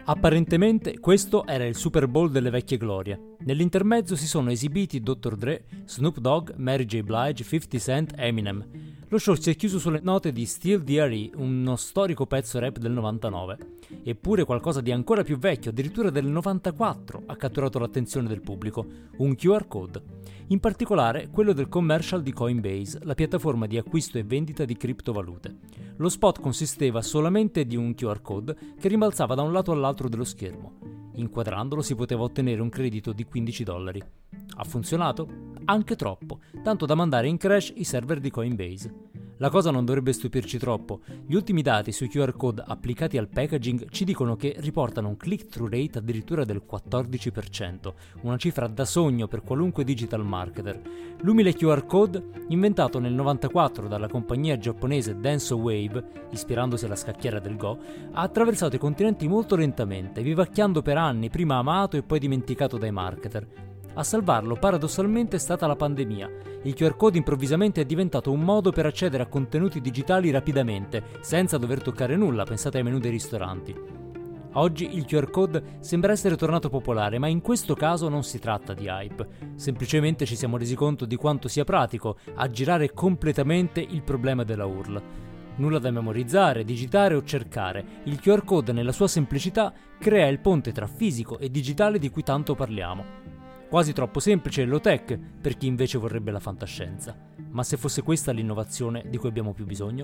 Apparentemente questo era il Super Bowl delle vecchie glorie. Nell'intermezzo si sono esibiti Dr. Dre, Snoop Dogg, Mary J. Blige, 50 Cent, Eminem. Lo show si è chiuso sulle note di Still D.R.E., uno storico pezzo rap del 99. Eppure qualcosa di ancora più vecchio, addirittura del 94, ha catturato l'attenzione del pubblico, un QR code. In particolare quello del commercial di Coinbase, la piattaforma di acquisto e vendita di criptovalute. Lo spot consisteva solamente di un QR code che rimbalzava da un lato all'altro dello schermo. Inquadrandolo si poteva ottenere un credito di $15. Ha funzionato? Anche troppo, tanto da mandare in crash i server di Coinbase. La cosa non dovrebbe stupirci troppo. Gli ultimi dati sui QR code applicati al packaging ci dicono che riportano un click-through rate addirittura del 14%, una cifra da sogno per qualunque digital marketer. L'umile QR code, inventato nel 94 dalla compagnia giapponese Denso Wave, ispirandosi alla scacchiera del Go, ha attraversato i continenti molto lentamente, vivacchiando per anni, prima amato e poi dimenticato dai marketer. A salvarlo paradossalmente è stata la pandemia. Il QR code improvvisamente è diventato un modo per accedere a contenuti digitali rapidamente, senza dover toccare nulla, pensate ai menù dei ristoranti. Oggi il QR code sembra essere tornato popolare, ma in questo caso non si tratta di hype. Semplicemente ci siamo resi conto di quanto sia pratico aggirare completamente il problema della URL. Nulla da memorizzare, digitare o cercare. Il QR code nella sua semplicità crea il ponte tra fisico e digitale di cui tanto parliamo. Quasi troppo semplice e low-tech per chi invece vorrebbe la fantascienza. Ma se fosse questa l'innovazione di cui abbiamo più bisogno?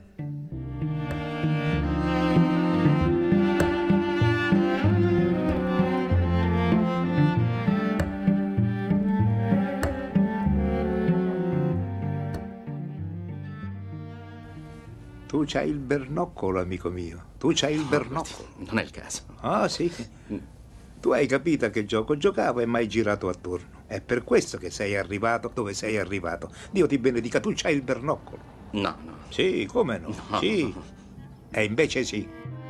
Tu c'hai il bernoccolo, amico mio. Tu c'hai il bernoccolo. Non è il caso. Ah, sì. Tu hai capito a che gioco giocavo e mai girato attorno. È per questo che sei arrivato dove sei arrivato. Dio ti benedica, tu c'hai il bernoccolo. No. Sì, come no? No. Sì. E invece sì.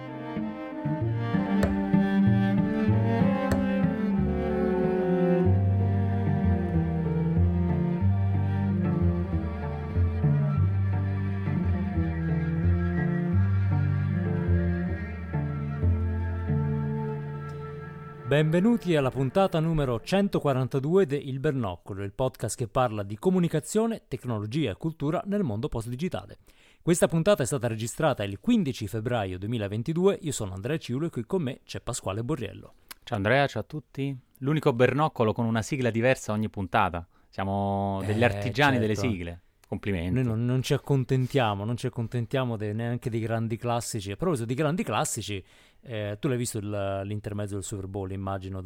Benvenuti alla puntata numero 142 di Il Bernoccolo, il podcast che parla di comunicazione, tecnologia e cultura nel mondo post-digitale. Questa puntata è stata registrata il 15 febbraio 2022, io sono Andrea Ciulo e qui con me c'è Pasquale Borriello. Ciao Andrea, ciao a tutti. L'unico bernoccolo con una sigla diversa ogni puntata. Siamo degli artigiani delle sigle. Complimenti. Noi non ci accontentiamo neanche dei grandi classici. A proposito di grandi classici, tu l'hai visto l'intermezzo del Super Bowl, immagino,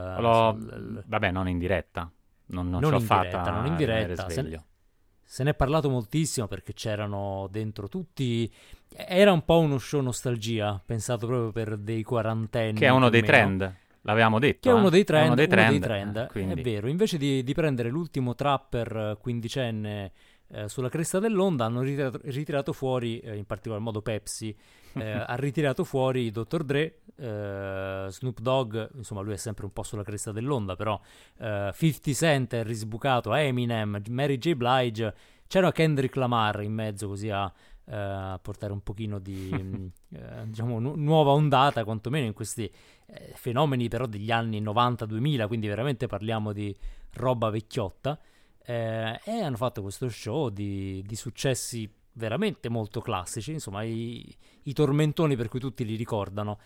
Vabbè, non in diretta. Non ce l'ho fatta. Non in diretta. Se ne è parlato moltissimo perché c'erano dentro tutti. Era un po' uno show nostalgia, pensato proprio per dei quarantenni. Che è uno dei trend. L'avevamo detto. Che è uno dei trend. Quindi. È vero. Invece di prendere l'ultimo trapper quindicenne sulla cresta dell'onda, hanno ritirato fuori, in particolar modo Pepsi, ha ritirato fuori Dr. Dre, Snoop Dogg, insomma lui è sempre un po' sulla cresta dell'onda, però 50 Cent è risbucato, Eminem, Mary J. Blige, c'era Kendrick Lamar in mezzo così a portare un pochino di diciamo nuova ondata quantomeno in questi fenomeni però degli anni 90-2000, quindi veramente parliamo di roba vecchiotta. E hanno fatto questo show di successi veramente molto classici, insomma i tormentoni per cui tutti li ricordano.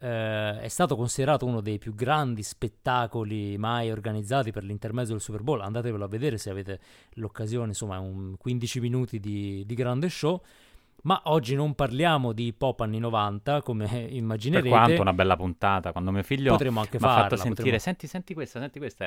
È stato considerato uno dei più grandi spettacoli mai organizzati per l'intermezzo del Super Bowl. Andatevelo a vedere se avete l'occasione, insomma è un 15 minuti di grande show. Ma oggi non parliamo di pop anni 90 come immaginerete. Per quanto una bella puntata, quando mio figlio potremmo anche mi ha fatto farla, sentire senti questa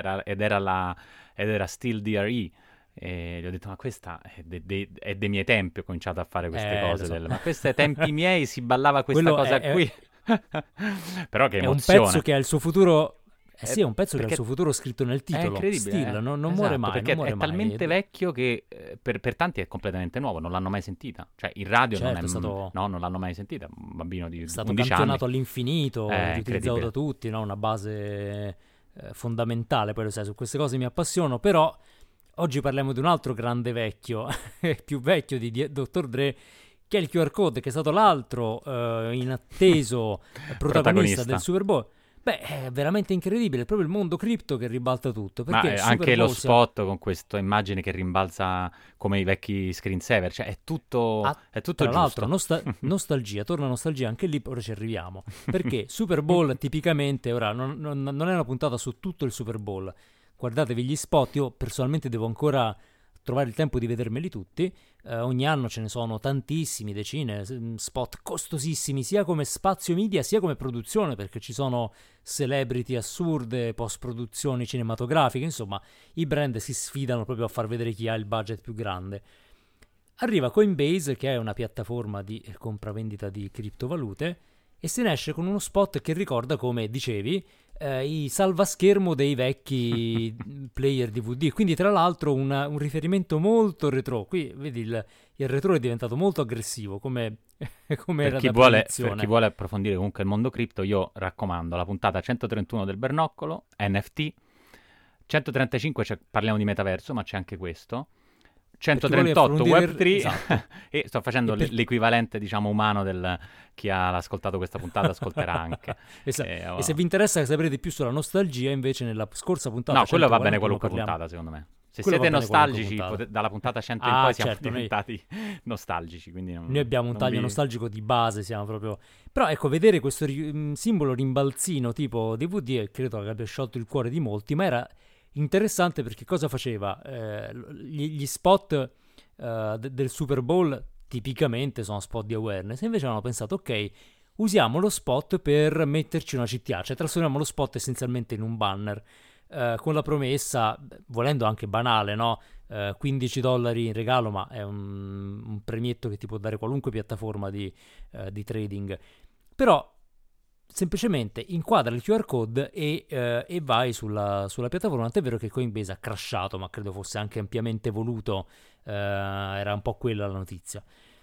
era Still D.R.E. E gli ho detto ma questa è dei miei tempi, ho cominciato a fare queste cose so. ma questi ai tempi miei si ballava questa cosa qui. Però che emozione. È un pezzo che ha il suo futuro. Sì, è un pezzo che ha il suo futuro scritto nel titolo. È incredibile. Still, non muore mai. Perché non muore è talmente mai. Vecchio che per tanti è completamente nuovo, non l'hanno mai sentita. Cioè, il radio certo, non l'hanno mai sentita. Un bambino di 11 anni. È stato campionato all'infinito, utilizzato da tutti, no? Una base fondamentale. Poi lo sai, su queste cose mi appassiono, però oggi parliamo di un altro grande vecchio, più vecchio di Dr. Dre, che è il QR code, che è stato l'altro inatteso protagonista del Super Bowl. Beh, è veramente incredibile, è proprio il mondo cripto che ribalta tutto. Perché Ma anche lo spot con questa immagine che rimbalza come i vecchi screensaver, cioè è tutto tra giusto. l'altro, nostalgia, torna nostalgia, anche lì ora ci arriviamo. Perché Super Bowl tipicamente, ora non è una puntata su tutto il Super Bowl, guardatevi gli spot, io personalmente devo ancora trovare il tempo di vedermeli tutti. Ogni anno ce ne sono tantissimi, decine, spot costosissimi sia come spazio media sia come produzione, perché ci sono celebrity assurde, post-produzioni cinematografiche, insomma i brand si sfidano proprio a far vedere chi ha il budget più grande. Arriva Coinbase, che è una piattaforma di compravendita di criptovalute, e se ne esce con uno spot che ricorda, come dicevi, i salvaschermo dei vecchi player DVD. Quindi tra l'altro un riferimento molto retro. Qui vedi il retro è diventato molto aggressivo, come era da per chi vuole approfondire comunque il mondo cripto, io raccomando la puntata 131 del Bernoccolo, NFT, 135 parliamo di metaverso, ma c'è anche questo, 138 Web3, esatto. E sto facendo l'equivalente, diciamo, umano del chi ha ascoltato questa puntata ascolterà anche. Esatto. E se vi interessa sapere di più sulla nostalgia, invece nella scorsa puntata... No, quello va bene qualunque puntata, secondo me. Se siete nostalgici, dalla puntata 100 in poi siamo diventati nostalgici. Quindi noi abbiamo un taglio nostalgico di base, siamo proprio... Però ecco, vedere questo simbolo rimbalzino tipo DVD, credo che abbia sciolto il cuore di molti, ma era... interessante perché cosa faceva? Gli spot del Super Bowl tipicamente sono spot di awareness, e invece hanno pensato, ok, usiamo lo spot per metterci una CTA, cioè trasformiamo lo spot essenzialmente in un banner, con la promessa, volendo anche banale, no? $15 in regalo, ma è un premietto che ti può dare qualunque piattaforma di trading. Però semplicemente inquadra il QR code e vai sulla piattaforma. Tant'è vero che Coinbase ha crashato, ma credo fosse anche ampiamente voluto, era un po' quella la notizia.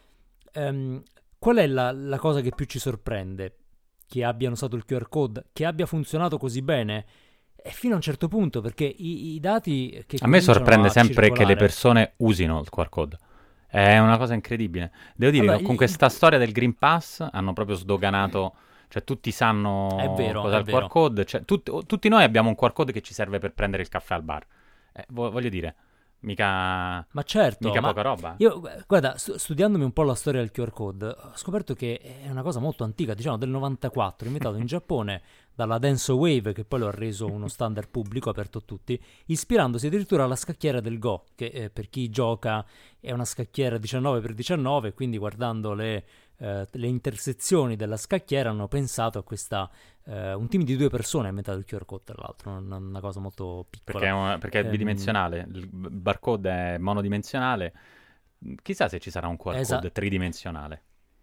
Qual è la cosa che più ci sorprende? Che abbiano usato il QR code, che abbia funzionato così bene? E fino a un certo punto, perché i dati che a me sorprende sempre che le persone usino il QR code. È una cosa incredibile. Devo dire che con questa storia del Green Pass hanno proprio sdoganato. Cioè tutti sanno cos'è il QR code, cioè, tutti noi abbiamo un QR code che ci serve per prendere il caffè al bar. Voglio dire, mica poca roba. Io, guarda, studiandomi un po' la storia del QR code, ho scoperto che è una cosa molto antica, diciamo del 94, inventato in Giappone dalla Denso Wave, che poi lo ha reso uno standard pubblico aperto a tutti, ispirandosi addirittura alla scacchiera del Go, che per chi gioca è una scacchiera 19x19, quindi guardando le intersezioni della scacchiera hanno pensato a questa un team di 2 persone ha inventato il QR code, tra l'altro una cosa molto piccola perché è bidimensionale, il barcode è monodimensionale, chissà se ci sarà un QR code tridimensionale,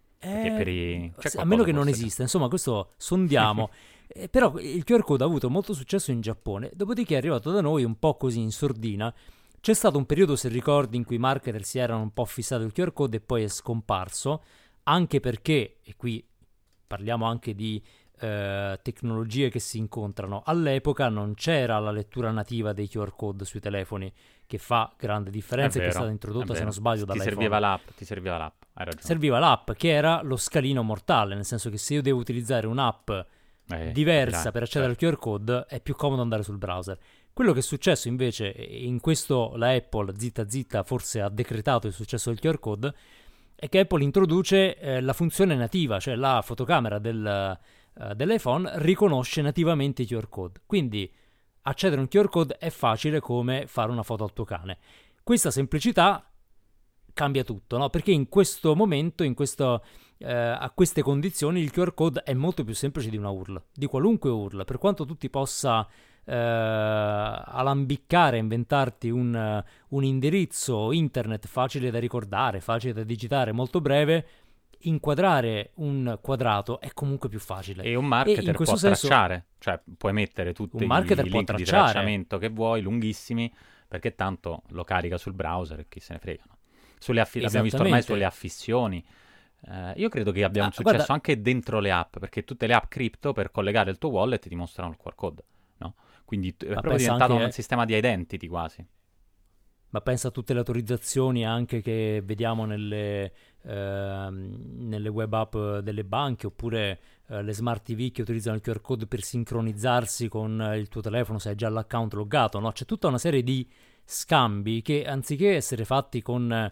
a meno che non esista, insomma questo sondiamo. Però il QR code ha avuto molto successo in Giappone, dopodiché è arrivato da noi un po' così in sordina. C'è stato un periodo, se ricordi, in cui i marketer si erano un po' fissati il QR code e poi è scomparso, anche perché, e qui parliamo anche di tecnologie che si incontrano, all'epoca non c'era la lettura nativa dei QR code sui telefoni, che fa grande differenza, che è stata introdotta, se non sbaglio, dall'iPhone. Ti serviva l'app, hai ragione. Serviva l'app, che era lo scalino mortale, nel senso che se io devo utilizzare un'app diversa per accedere al QR code, è più comodo andare sul browser. Quello che è successo invece, in questo la Apple zitta forse ha decretato il successo del QR code, è che Apple introduce la funzione nativa, cioè la fotocamera dell'iPhone riconosce nativamente i QR code, quindi accedere a un QR code è facile come fare una foto al tuo cane. Questa semplicità cambia tutto, no? Perché in questo momento, a queste condizioni, il QR code è molto più semplice di una URL, di qualunque URL, per quanto tu ti possa alambiccare, inventarti un indirizzo internet facile da ricordare, facile da digitare, molto breve. Inquadrare un quadrato è comunque più facile. E un marketer può tracciare, cioè puoi mettere tutti i link di tracciamento che vuoi, lunghissimi, perché tanto lo carica sul browser e chi se ne frega. Abbiamo visto ormai sulle affissioni. Io credo che abbia un successo anche dentro le app, perché tutte le app cripto per collegare il tuo wallet ti mostrano il QR code, no? Quindi è proprio diventato un sistema di identity quasi. Ma pensa a tutte le autorizzazioni anche che vediamo nelle nelle web app delle banche, oppure le smart TV che utilizzano il QR code per sincronizzarsi con il tuo telefono se hai già l'account loggato, no? C'è tutta una serie di scambi che, anziché essere fatti con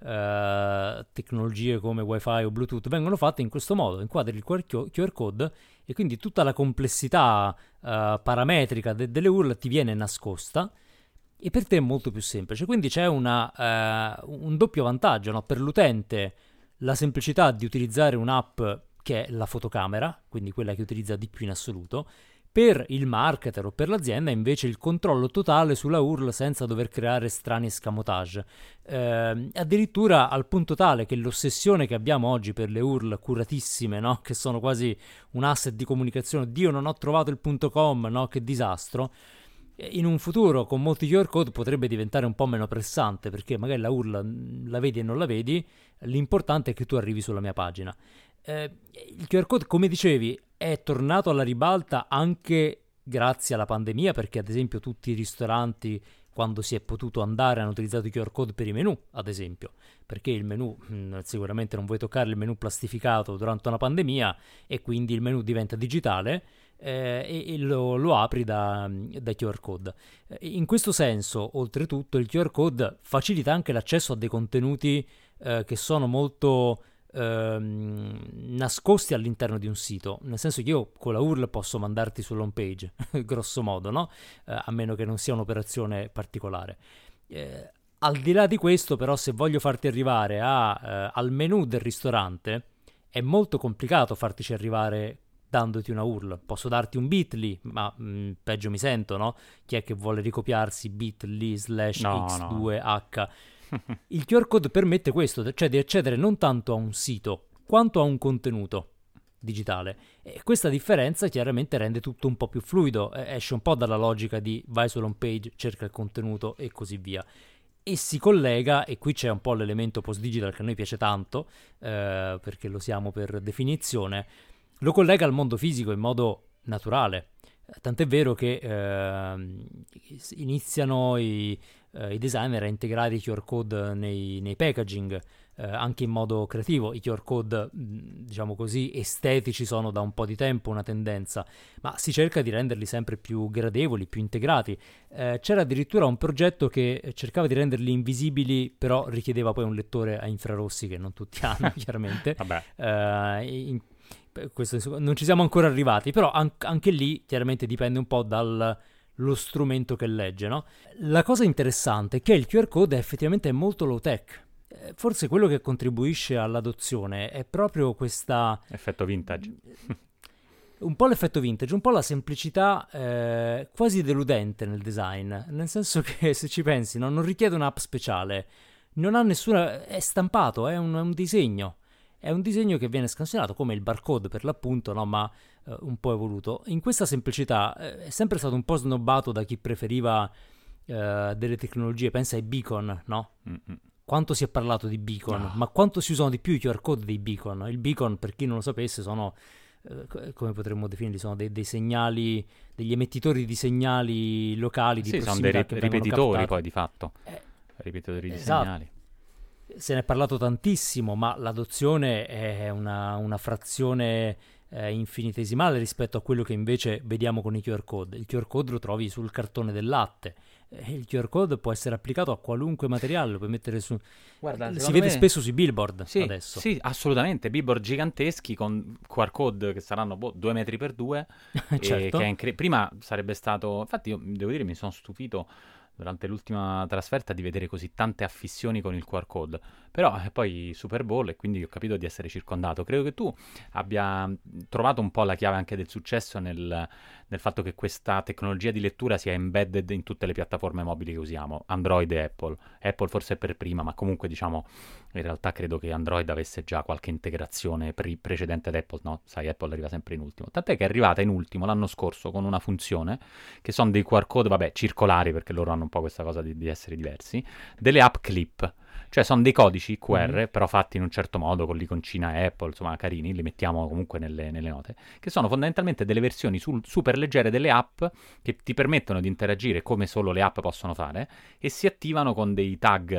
tecnologie come Wi-Fi o Bluetooth, vengono fatte in questo modo: inquadri il QR code e quindi tutta la complessità parametrica delle URL ti viene nascosta, e per te è molto più semplice. Quindi c'è un doppio vantaggio, no? Per l'utente la semplicità di utilizzare un'app che è la fotocamera, quindi quella che utilizza di più in assoluto. Per il marketer o per l'azienda invece il controllo totale sulla URL senza dover creare strani escamotage. Addirittura al punto tale che l'ossessione che abbiamo oggi per le URL curatissime, no? Che sono quasi un asset di comunicazione, Dio non ho trovato il .com, no? Che disastro. In un futuro con molti QR code potrebbe diventare un po' meno pressante, perché magari la URL la vedi e non la vedi, l'importante è che tu arrivi sulla mia pagina. Il QR code, come dicevi, è tornato alla ribalta anche grazie alla pandemia, perché ad esempio tutti i ristoranti, quando si è potuto andare, hanno utilizzato i QR code per i menu, ad esempio, perché il menu, sicuramente non vuoi toccare il menu plastificato durante una pandemia, e quindi il menu diventa digitale e lo apri da QR code. In questo senso, oltretutto, il QR code facilita anche l'accesso a dei contenuti che sono molto nascosti all'interno di un sito, nel senso che io con la URL posso mandarti sull'home page grosso modo, no? A meno che non sia un'operazione particolare. Al di là di questo, però, se voglio farti arrivare al menu del ristorante, è molto complicato fartici arrivare dandoti una URL. Posso darti un bit.ly, ma peggio mi sento, no? Chi è che vuole ricopiarsi bit.ly/x2h? Il QR code permette questo, cioè di accedere non tanto a un sito quanto a un contenuto digitale, e questa differenza chiaramente rende tutto un po' più fluido, esce un po' dalla logica di vai sull'home page, cerca il contenuto e così via, e si collega, e qui c'è un po' l'elemento post digital che a noi piace tanto, perché lo siamo per definizione, lo collega al mondo fisico in modo naturale. Tant'è vero che iniziano i designer a integrare i QR code nei packaging, anche in modo creativo. I QR code, diciamo così, estetici sono da un po' di tempo una tendenza, ma si cerca di renderli sempre più gradevoli, più integrati. C'era addirittura un progetto che cercava di renderli invisibili, però richiedeva poi un lettore a infrarossi che non tutti hanno, chiaramente. Vabbè. Questo non ci siamo ancora arrivati, però anche lì chiaramente dipende un po' dallo strumento che legge, no? La cosa interessante è che il QR code effettivamente è molto low tech. Forse quello che contribuisce all'adozione è proprio questa effetto vintage. Un po' l'effetto vintage, un po' la semplicità quasi deludente nel design, nel senso che, se ci pensi, no? Non richiede un'app speciale, non ha nessuna, è stampato, è un disegno. È un disegno che viene scansionato come il barcode, per l'appunto, no? Ma un po' evoluto. In questa semplicità è sempre stato un po' snobbato da chi preferiva delle tecnologie. Pensa ai beacon, no? Mm-mm. Quanto si è parlato di beacon, ma quanto si usano di più i QR code dei beacon? Il beacon, per chi non lo sapesse, sono, come potremmo definirli, sono dei segnali, degli emettitori di segnali locali di prossimità. Sono dei ripetitori poi, di fatto. Ripetitori di segnali. Se ne è parlato tantissimo, ma l'adozione è una frazione infinitesimale rispetto a quello che invece vediamo con i QR code. Il QR code lo trovi sul cartone del latte. Il QR code può essere applicato a qualunque materiale, lo puoi mettere su... Guarda, si vede spesso sui billboard adesso. Sì, assolutamente, billboard giganteschi con QR code che saranno 2 metri per 2. Certo. Prima sarebbe stato... Infatti io devo dire mi sono stupito durante l'ultima trasferta di vedere così tante affissioni con il QR code, però poi Super Bowl, e quindi ho capito di essere circondato. Credo che tu abbia trovato un po' la chiave anche del successo nel fatto che questa tecnologia di lettura sia embedded in tutte le piattaforme mobili che usiamo, Android e Apple forse per prima, ma comunque diciamo in realtà credo che Android avesse già qualche integrazione precedente ad Apple, no? Sai, Apple arriva sempre in ultimo, tant'è che è arrivata in ultimo l'anno scorso con una funzione che sono dei QR code, vabbè, circolari, perché loro hanno un po' questa cosa di essere diversi, delle app clip, cioè sono dei codici QR però fatti in un certo modo con l'iconcina Apple, insomma carini, li mettiamo comunque nelle note, che sono fondamentalmente delle versioni super leggere delle app che ti permettono di interagire come solo le app possono fare, e si attivano con dei tag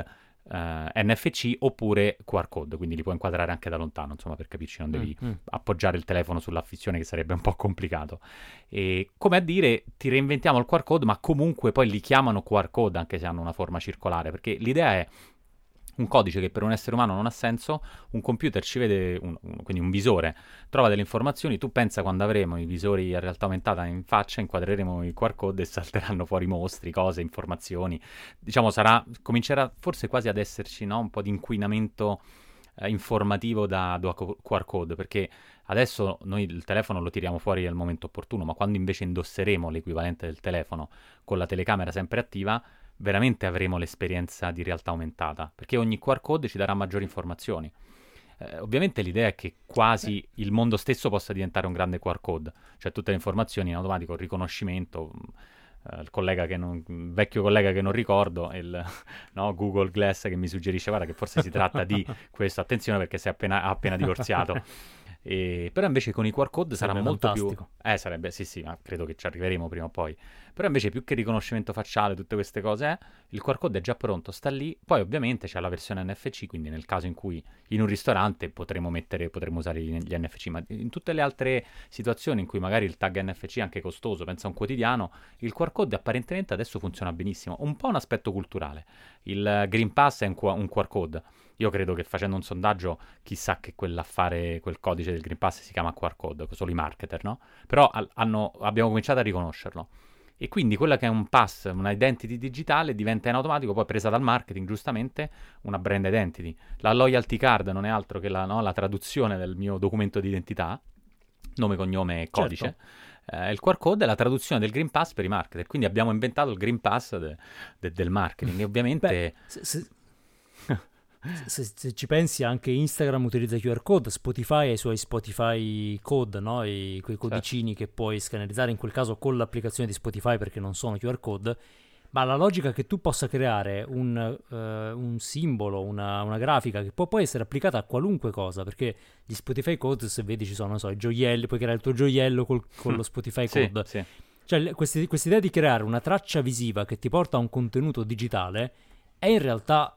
NFC oppure QR code, quindi li puoi inquadrare anche da lontano, insomma, per capirci, non devi appoggiare il telefono sull'affissione, che sarebbe un po' complicato. E come a dire, ti reinventiamo il QR code, ma comunque poi li chiamano QR code anche se hanno una forma circolare, perché l'idea è un codice che per un essere umano non ha senso, un computer ci vede, quindi un visore, trova delle informazioni, tu pensa quando avremo i visori a realtà aumentata in faccia, inquadreremo i QR code e salteranno fuori mostri, cose, informazioni, diciamo comincerà forse quasi ad esserci, no? Un po' di inquinamento informativo da QR code, perché adesso noi il telefono lo tiriamo fuori al momento opportuno, ma quando invece indosseremo l'equivalente del telefono con la telecamera sempre attiva, veramente avremo l'esperienza di realtà aumentata, perché ogni QR code ci darà maggiori informazioni. Ovviamente l'idea è che quasi il mondo stesso possa diventare un grande QR code, cioè tutte le informazioni in automatico, il riconoscimento, vecchio collega che non ricordo, no, Google Glass che mi suggerisce, guarda che forse si tratta di questo, attenzione perché ha appena divorziato. Però invece con i QR code sarà molto fantastico. Più sarebbe, sì, ma credo che ci arriveremo prima o poi. Però invece più che riconoscimento facciale, tutte queste cose, il QR code è già pronto, sta lì. Poi ovviamente c'è la versione NFC, quindi nel caso in cui in un ristorante potremo usare gli NFC, ma in tutte le altre situazioni in cui magari il tag NFC è anche costoso, pensa a un quotidiano, il QR code apparentemente adesso funziona benissimo. Un po' un aspetto culturale. Il Green Pass è un QR code. Io credo che facendo un sondaggio, chissà che quell'affare, quel codice del Green Pass si chiama QR code, solo i marketer, no? Però abbiamo cominciato a riconoscerlo. E quindi quella che è un pass, una identity digitale, diventa in automatico, poi presa dal marketing, giustamente, una brand identity. La loyalty card non è altro che la traduzione del mio documento di identità, nome, cognome e codice. Certo. Il QR code è la traduzione del Green Pass per i marketer. Quindi abbiamo inventato il Green Pass del marketing. E ovviamente... Se ci pensi, anche Instagram utilizza QR code, Spotify ha i suoi Spotify code, no? Quei codicini che puoi scannerizzare, in quel caso con l'applicazione di Spotify, perché non sono QR code. Ma la logica è che tu possa creare un simbolo, una grafica che può poi essere applicata a qualunque cosa, perché gli Spotify code, se vedi, ci sono, non so, i gioielli, puoi creare il tuo gioiello con lo Spotify code. Sì. Cioè questa idea di creare una traccia visiva che ti porta a un contenuto digitale è in realtà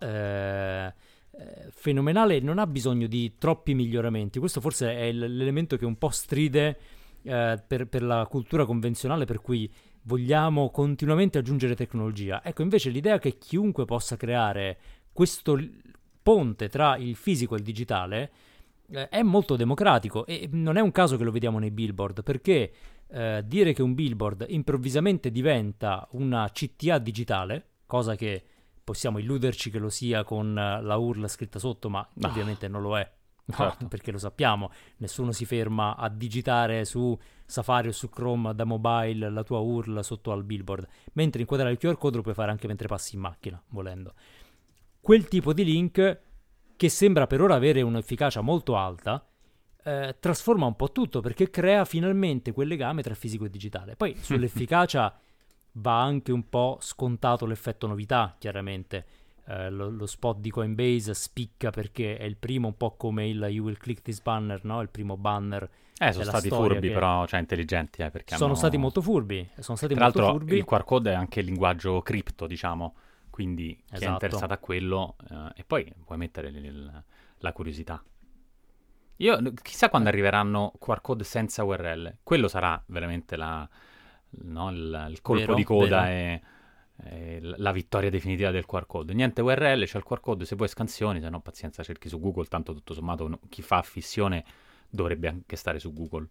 fenomenale, non ha bisogno di troppi miglioramenti. Questo forse è l'elemento che un po' stride per la cultura convenzionale, per cui vogliamo continuamente aggiungere tecnologia. Ecco, invece l'idea che chiunque possa creare questo ponte tra il fisico e il digitale è molto democratico, e non è un caso che lo vediamo nei billboard, perché dire che un billboard improvvisamente diventa una CTA digitale, cosa che possiamo illuderci che lo sia con la URL scritta sotto, ma ovviamente non lo è, certo. Perché lo sappiamo, nessuno si ferma a digitare su Safari o su Chrome da mobile la tua URL sotto al billboard, mentre inquadrare il QR code lo puoi fare anche mentre passi in macchina, volendo. Quel tipo di link, che sembra per ora avere un'efficacia molto alta, trasforma un po' tutto, perché crea finalmente quel legame tra fisico e digitale. Poi sull'efficacia va anche un po' scontato l'effetto novità, chiaramente. Lo spot di Coinbase spicca perché è il primo, un po' come il You Will Click This Banner, no? Il primo banner. Sono stati furbi, però, cioè intelligenti, perché sono stati molto furbi. Tra l'altro il QR code è anche il linguaggio cripto, diciamo, quindi chi è interessato a quello, e poi puoi mettere la curiosità. Io chissà quando arriveranno QR code senza URL. Quello sarà veramente il colpo di coda e la vittoria definitiva del QR code. Niente URL, c'è il QR code, se vuoi scansioni, se no pazienza, cerchi su Google, tanto tutto sommato chi fa affissione dovrebbe anche stare su Google.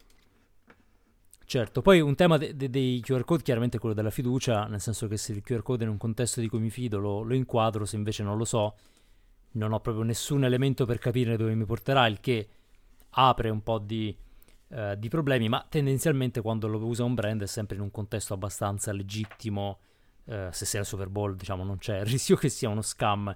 Certo, poi un tema dei QR code chiaramente è quello della fiducia, nel senso che se il QR code in un contesto di cui mi fido lo inquadro, se invece non lo so non ho proprio nessun elemento per capire dove mi porterà, il che apre un po' di problemi, ma tendenzialmente quando lo usa un brand è sempre in un contesto abbastanza legittimo. Se sei al Super Bowl, diciamo, non c'è il rischio che sia uno scam,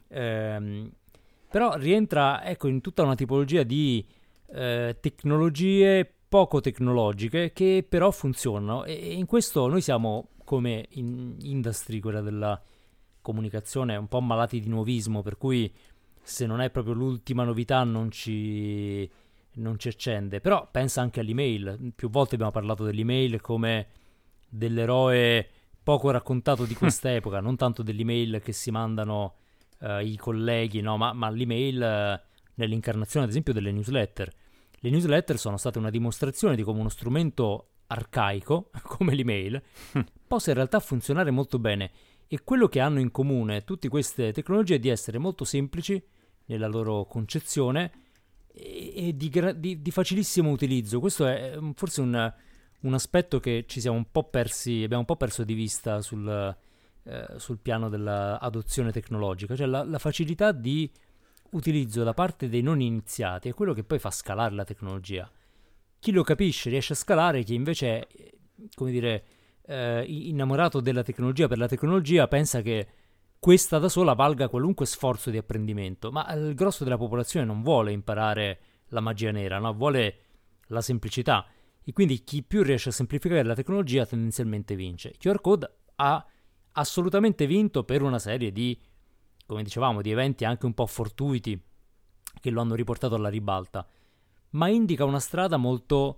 però rientra, ecco, in tutta una tipologia di tecnologie poco tecnologiche che però funzionano, e in questo noi siamo, come in industry, quella della comunicazione, un po' malati di nuovismo, per cui se non è proprio l'ultima novità non ci accende. Però pensa anche all'email. Più volte abbiamo parlato dell'email come dell'eroe poco raccontato di quest'epoca, non tanto dell'email che si mandano i colleghi, no? Ma l'email nell'incarnazione ad esempio delle newsletter. Le newsletter sono state una dimostrazione di come uno strumento arcaico, come l'email, possa in realtà funzionare molto bene. E quello che hanno in comune tutte queste tecnologie è di essere molto semplici nella loro concezione e di facilissimo utilizzo. Questo è forse un aspetto che ci siamo un po' persi, abbiamo un po' perso di vista sul piano dell'adozione tecnologica, cioè la facilità di utilizzo da parte dei non iniziati è quello che poi fa scalare la tecnologia. Chi lo capisce riesce a scalare, chi invece è, come dire, innamorato della tecnologia per la tecnologia pensa che questa da sola valga qualunque sforzo di apprendimento, ma il grosso della popolazione non vuole imparare la magia nera, no? Vuole la semplicità, e quindi chi più riesce a semplificare la tecnologia tendenzialmente vince. QR Code ha assolutamente vinto per una serie di, come dicevamo, di eventi anche un po' fortuiti che lo hanno riportato alla ribalta, ma indica una strada molto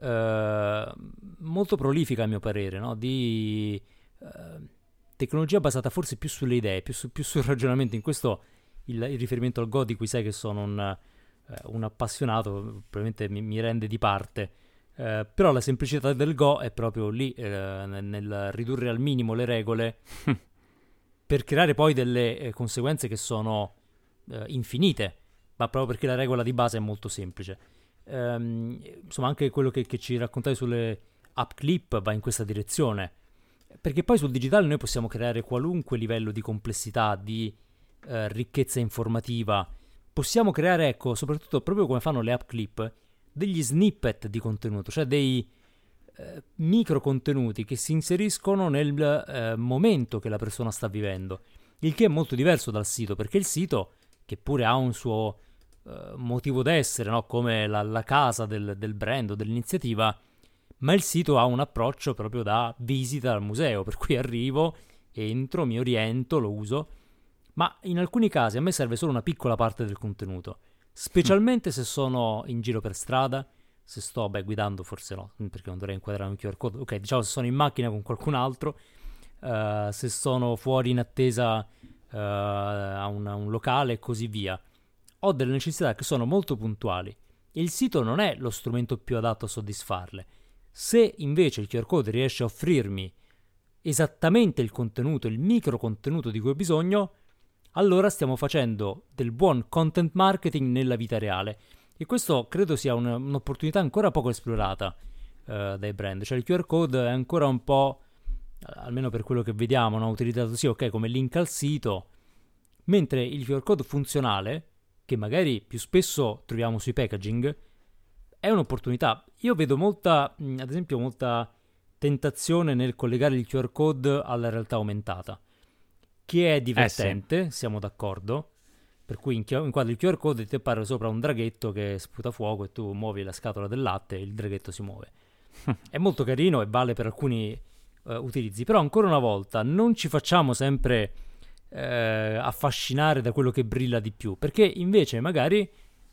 molto prolifica a mio parere, no? Di tecnologia basata forse più sulle idee, più sul ragionamento. In questo il riferimento al Go, di cui sai che sono un appassionato, probabilmente mi rende di parte, però la semplicità del Go è proprio lì, nel ridurre al minimo le regole per creare poi delle conseguenze che sono infinite, ma proprio perché la regola di base è molto semplice. Insomma, anche quello che ci raccontavi sulle app clip va in questa direzione, perché poi sul digitale noi possiamo creare qualunque livello di complessità, di ricchezza informativa. Possiamo creare, ecco, soprattutto proprio come fanno le app clip, degli snippet di contenuto, cioè dei micro contenuti che si inseriscono nel momento che la persona sta vivendo, il che è molto diverso dal sito, perché il sito, che pure ha un suo motivo d'essere, no? Come la casa del brand o dell'iniziativa, ma il sito ha un approccio proprio da visita al museo, per cui arrivo, entro, mi oriento, lo uso, ma in alcuni casi a me serve solo una piccola parte del contenuto, specialmente se sono in giro per strada, se sto guidando, forse no, perché non dovrei inquadrare un QR code, ok, diciamo se sono in macchina con qualcun altro, se sono fuori in attesa a un locale e così via. Ho delle necessità che sono molto puntuali e il sito non è lo strumento più adatto a soddisfarle. Se invece il QR code riesce a offrirmi esattamente il contenuto, il micro contenuto di cui ho bisogno, allora stiamo facendo del buon content marketing nella vita reale. E questo credo sia un'opportunità ancora poco esplorata dai brand. Cioè il QR code è ancora un po', almeno per quello che vediamo, no? Utilizzato sì, ok, come link al sito, mentre il QR code funzionale, che magari più spesso troviamo sui packaging, è un'opportunità. Io vedo molta, ad esempio, molta tentazione nel collegare il QR code alla realtà aumentata, che è divertente, sì. Siamo d'accordo, per cui inquadri il QR code e ti appare sopra un draghetto che sputa fuoco e tu muovi la scatola del latte e il draghetto si muove. È molto carino e vale per alcuni utilizzi, però ancora una volta non ci facciamo sempre affascinare da quello che brilla di più, perché invece magari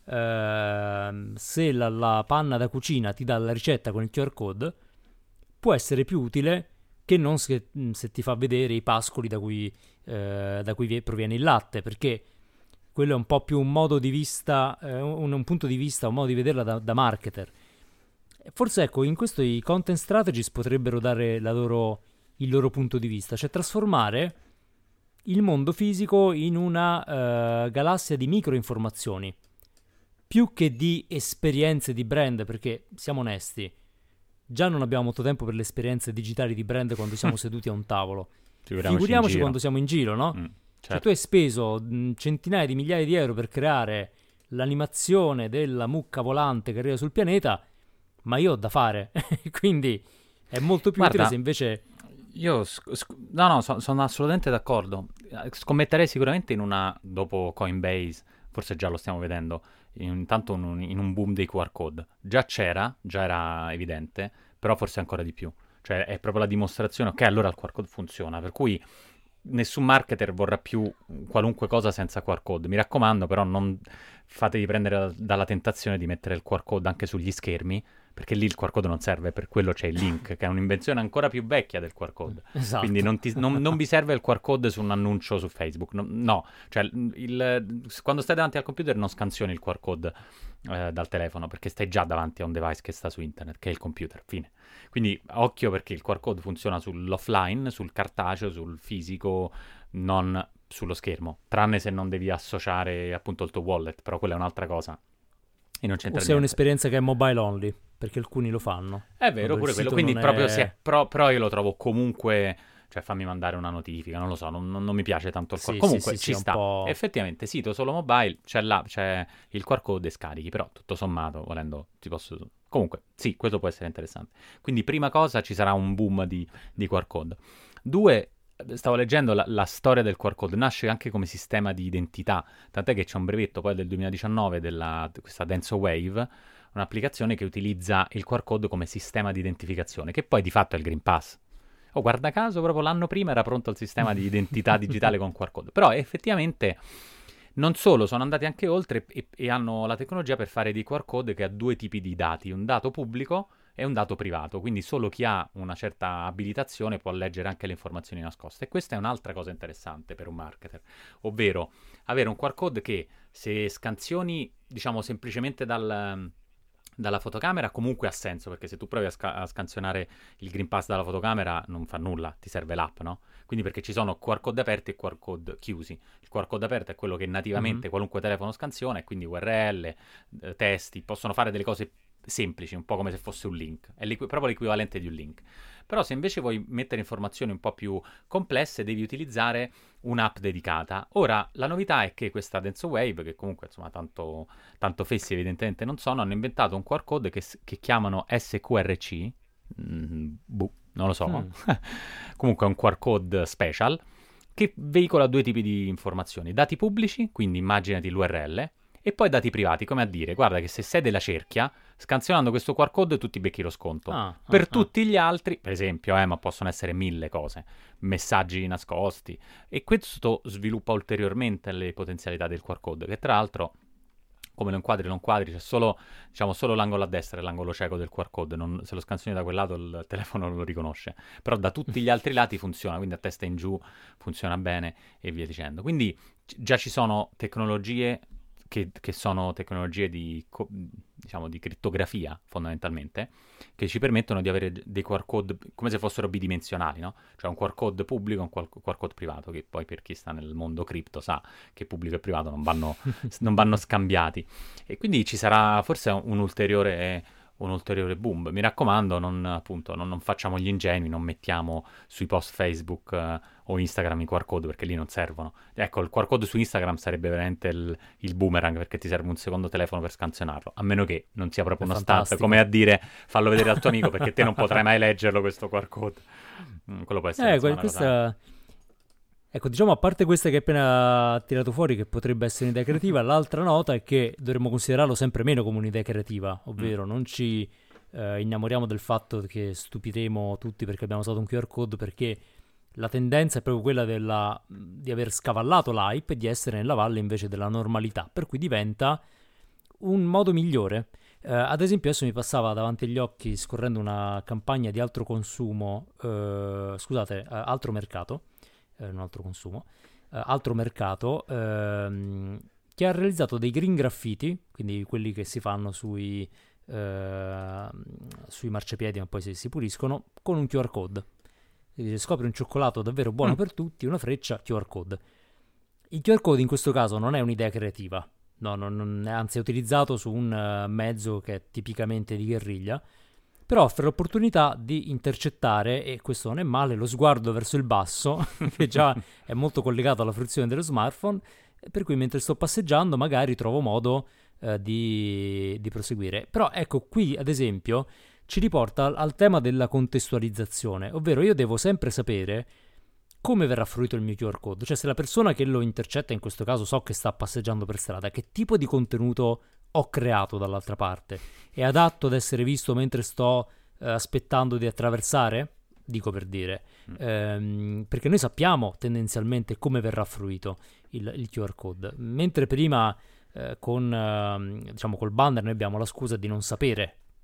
se la panna da cucina ti dà la ricetta con il QR code, può essere più utile che non se ti fa vedere i pascoli da cui proviene il latte, perché quello è un po' più un modo di vista, un punto di vista, un modo di vederla da marketer. Forse ecco, in questo i content strategies potrebbero dare il loro punto di vista, cioè trasformare il mondo fisico in una galassia di micro informazioni, più che di esperienze di brand, perché siamo onesti, già non abbiamo molto tempo per le esperienze digitali di brand quando siamo seduti a un tavolo. Figuriamoci quando siamo in giro, no? Certo. Cioè tu hai speso centinaia di migliaia di euro per creare l'animazione della mucca volante che arriva sul pianeta, ma io ho da fare, quindi è molto più utile se invece... Io sono assolutamente d'accordo. Scommetterei sicuramente dopo Coinbase, forse già lo stiamo vedendo, intanto in un boom dei QR code. Già era evidente, però forse ancora di più. Cioè è proprio la dimostrazione, ok, allora il QR code funziona, per cui nessun marketer vorrà più qualunque cosa senza QR code. Mi raccomando, però non fatevi prendere dalla tentazione di mettere il QR code anche sugli schermi, perché lì il QR code non serve, per quello c'è il link, che è un'invenzione ancora più vecchia del QR code. Esatto. Quindi non vi serve il QR code su un annuncio su Facebook, no. Cioè quando stai davanti al computer non scansioni il QR code dal telefono, perché stai già davanti a un device che sta su internet, che è il computer, fine. Quindi occhio, perché il QR code funziona sull'offline, sul cartaceo, sul fisico, non sullo schermo, tranne se non devi associare appunto il tuo wallet, però quella è un'altra cosa e non c'entra niente. O se è un'esperienza che è mobile only, perché alcuni lo fanno. È vero, pure quello, quindi proprio però io lo trovo comunque, cioè fammi mandare una notifica, non lo so, non mi piace tanto il QR code. Comunque ci sta, effettivamente sito solo mobile, c'è il QR code e scarichi, però tutto sommato, volendo, ti posso... Comunque, sì, questo può essere interessante. Quindi prima cosa, ci sarà un boom di QR code. 2, stavo leggendo la storia del QR code, nasce anche come sistema di identità, tant'è che c'è un brevetto poi del 2019 questa DensoWave, un'applicazione che utilizza il QR code come sistema di identificazione, che poi di fatto è il Green Pass. Oh, guarda caso, proprio l'anno prima era pronto il sistema di identità digitale con QR code. Però effettivamente non solo, sono andati anche oltre e hanno la tecnologia per fare dei QR code che ha 2 tipi di dati, un dato pubblico e un dato privato, quindi solo chi ha una certa abilitazione può leggere anche le informazioni nascoste. E questa è un'altra cosa interessante per un marketer, ovvero avere un QR code che, se scansioni, diciamo, semplicemente dalla fotocamera, comunque ha senso, perché se tu provi a scansionare il Green Pass dalla fotocamera non fa nulla, ti serve l'app, no? Quindi perché ci sono QR code aperti e QR code chiusi. Il QR code aperto è quello che nativamente qualunque telefono scansiona, e quindi URL, testi, possono fare delle cose semplici, un po' come se fosse un link, è proprio l'equivalente di un link. Però se invece vuoi mettere informazioni un po' più complesse, devi utilizzare un'app dedicata. Ora, la novità è che questa DensoWave, che comunque insomma tanto fessi evidentemente non sono, hanno inventato un QR code che chiamano SQRC, non lo so, comunque è un QR code special, che veicola 2 tipi di informazioni: dati pubblici, quindi immaginati l'URL, e poi dati privati, come a dire, guarda che se sei della cerchia, scansionando questo QR code tu ti becchi lo sconto. Per tutti gli altri, per esempio, ma possono essere 1000 cose, messaggi nascosti, e questo sviluppa ulteriormente le potenzialità del QR code, che tra l'altro, come lo inquadri, c'è solo, diciamo, solo l'angolo a destra e l'angolo cieco del QR code, se lo scansioni da quel lato il telefono non lo riconosce, però da tutti gli altri lati funziona, quindi a testa in giù funziona bene e via dicendo. Quindi già ci sono tecnologie che sono tecnologie diciamo di crittografia, fondamentalmente, che ci permettono di avere dei QR code come se fossero bidimensionali, no? Cioè un QR code pubblico e un QR code privato, che poi per chi sta nel mondo cripto sa che pubblico e privato non vanno scambiati. E quindi ci sarà forse un ulteriore boom. Mi raccomando, non facciamo gli ingenui, non mettiamo sui post Facebook o Instagram i QR code, perché lì non servono. Ecco, il QR code su Instagram sarebbe veramente il boomerang, perché ti serve un secondo telefono per scansionarlo, a meno che non sia proprio uno stat, come a dire fallo vedere al tuo amico, perché te non potrai mai leggerlo questo QR code. Quello può essere una cosa... Ecco, diciamo, a parte questa che hai appena tirato fuori, che potrebbe essere un'idea creativa, l'altra nota è che dovremmo considerarlo sempre meno come un'idea creativa, ovvero non ci innamoriamo del fatto che stupiremo tutti perché abbiamo usato un QR code, perché la tendenza è proprio quella di aver scavallato l'hype e di essere nella valle invece della normalità, per cui diventa un modo migliore. Ad esempio adesso mi passava davanti agli occhi, scorrendo una campagna di altro consumo, altro mercato, un altro consumo, altro mercato, che ha realizzato dei green graffiti, quindi quelli che si fanno sui marciapiedi ma poi si puliscono, con un QR code. Quindi scopri un cioccolato davvero buono per tutti, una freccia, QR code. Il QR code in questo caso non è un'idea creativa, no, anzi è utilizzato su un mezzo che è tipicamente di guerriglia, però offre l'opportunità di intercettare, e questo non è male, lo sguardo verso il basso, che già è molto collegato alla fruizione dello smartphone, per cui mentre sto passeggiando magari trovo modo di proseguire. Però ecco, qui ad esempio ci riporta al tema della contestualizzazione, ovvero io devo sempre sapere come verrà fruito il mio QR code, cioè se la persona che lo intercetta, in questo caso so che sta passeggiando per strada, che tipo di contenuto ho creato dall'altra parte, è adatto ad essere visto mentre sto aspettando di attraversare? Dico per dire, perché noi sappiamo tendenzialmente come verrà fruito il QR code, mentre prima col banner noi abbiamo la scusa di non sapere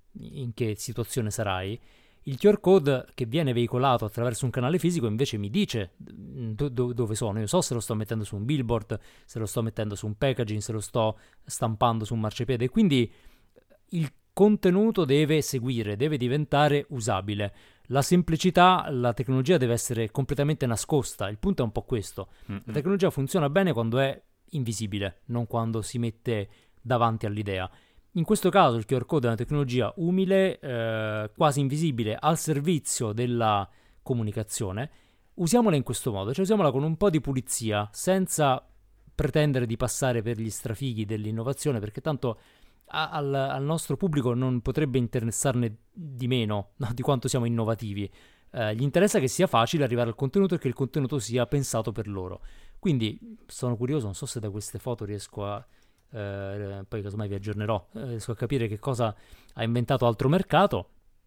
in che situazione sarai. Il QR code che viene veicolato attraverso un canale fisico invece mi dice dove sono. Io so se lo sto mettendo su un billboard, se lo sto mettendo su un packaging, se lo sto stampando su un marciapiede. Quindi il contenuto deve seguire, deve diventare usabile. La semplicità, la tecnologia deve essere completamente nascosta. Il punto è un po' questo. La tecnologia funziona bene quando è invisibile, non quando si mette davanti all'idea. In questo caso il QR code è una tecnologia umile, quasi invisibile, al servizio della comunicazione. Usiamola in questo modo, cioè usiamola con un po' di pulizia, senza pretendere di passare per gli strafighi dell'innovazione, perché tanto al nostro pubblico non potrebbe interessarne di meno, no, di quanto siamo innovativi. Gli interessa che sia facile arrivare al contenuto e che il contenuto sia pensato per loro. Quindi sono curioso, non so se da queste foto riesco a... poi casomai vi aggiornerò, riesco a capire che cosa ha inventato altro mercato.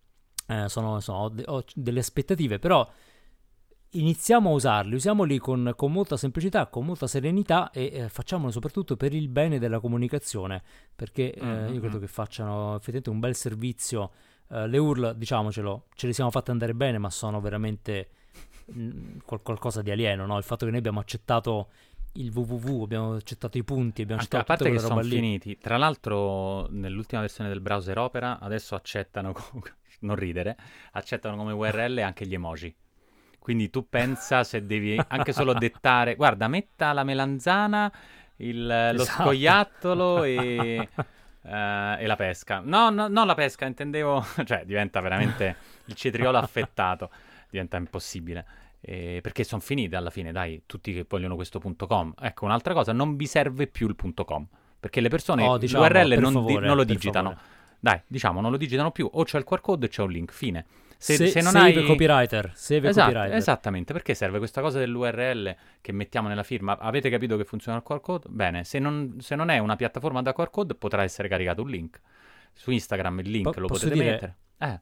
Ho delle aspettative, però iniziamo a usarli, usiamoli con molta semplicità, con molta serenità e facciamolo soprattutto per il bene della comunicazione, perché io credo che facciano effettivamente un bel servizio. Le URL, diciamocelo, ce le siamo fatte andare bene, ma sono veramente qualcosa di alieno, no? Il fatto che noi abbiamo accettato il www, abbiamo accettato i punti, abbiamo accettato a parte tutta che quella roba sono lì. finiti. Tra l'altro nell'ultima versione del browser Opera adesso accettano non ridere, accettano come URL anche gli emoji. Quindi tu pensa se devi anche solo dettare, guarda, metta la melanzana, lo scoiattolo e la pesca. No, non la pesca, intendevo, cioè diventa veramente il cetriolo affettato, diventa impossibile. Perché sono finite alla fine, dai, tutti che vogliono questo .com. Ecco, un'altra cosa, non vi serve più il .com, perché le persone l'URL non lo digitano. Favore. Dai, diciamo, non lo digitano più, o c'è il QR code o c'è un link, fine. Se non save hai copywriter, copywriter. Esattamente, perché serve questa cosa dell'URL che mettiamo nella firma? Avete capito che funziona il QR code? Bene, se non è una piattaforma da QR code potrà essere caricato un link. Su Instagram il link lo potete mettere.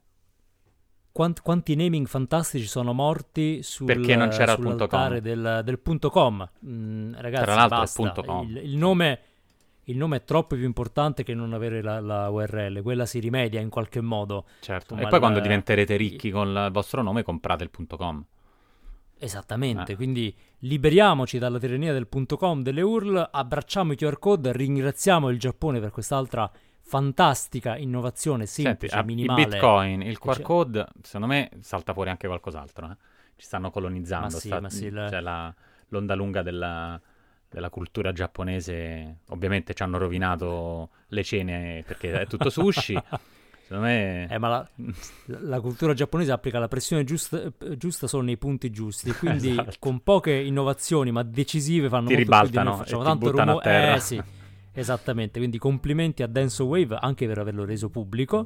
Quanti naming fantastici sono morti perché non c'era sull'altare del .com. Ragazzi, tra l'altro basta. Il nome è troppo più importante che non avere la URL. Quella si rimedia in qualche modo. Certo, e poi quando diventerete ricchi con il vostro nome comprate il .com. Esattamente, quindi liberiamoci dalla tirannia del .com, delle URL, abbracciamo i QR code, ringraziamo il Giappone per quest'altra fantastica innovazione semplice, minimale. Il Bitcoin, il QR code, secondo me salta fuori anche qualcos'altro. Ci stanno colonizzando. C'è l'onda lunga della cultura giapponese. Ovviamente ci hanno rovinato le cene perché è tutto sushi. Secondo me... ma la cultura giapponese applica la pressione giusta solo nei punti giusti, quindi con poche innovazioni ma decisive fanno ti molto ribaltano più di noi, facciamo e ti buttano a terra. Sì, esattamente, quindi complimenti a Dance Wave anche per averlo reso pubblico.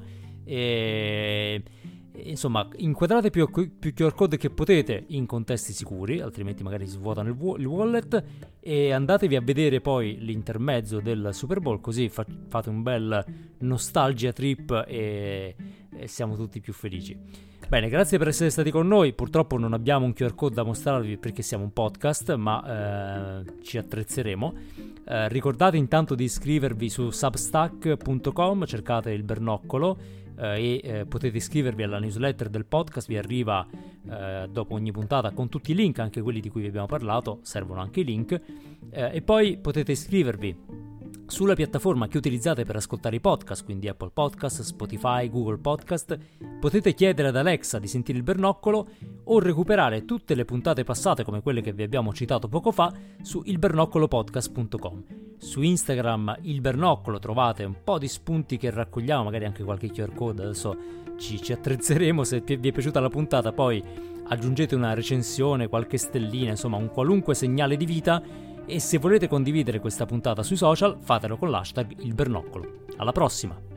E insomma, inquadrate più QR code che potete in contesti sicuri, altrimenti magari si svuotano il wallet, e andatevi a vedere poi l'intermezzo del Super Bowl, così fate un bel nostalgia trip e siamo tutti più felici. Bene, grazie per essere stati con noi. Purtroppo non abbiamo un QR code da mostrarvi perché siamo un podcast, ma ci attrezzeremo. Ricordate intanto di iscrivervi su substack.com, cercate il Bernoccolo e potete iscrivervi alla newsletter del podcast. Vi arriva dopo ogni puntata con tutti i link, anche quelli di cui vi abbiamo parlato, servono anche i link, e poi potete iscrivervi sulla piattaforma che utilizzate per ascoltare i podcast, quindi Apple Podcast, Spotify, Google Podcast. Potete chiedere ad Alexa di sentire il Bernoccolo o recuperare tutte le puntate passate come quelle che vi abbiamo citato poco fa su ilbernoccolopodcast.com. Su Instagram il Bernoccolo trovate un po' di spunti che raccogliamo, magari anche qualche QR code. Adesso ci attrezzeremo. Se vi è piaciuta la puntata poi aggiungete una recensione, qualche stellina, insomma un qualunque segnale di vita. E se volete condividere questa puntata sui social, fatelo con l'hashtag Il Bernoccolo. Alla prossima!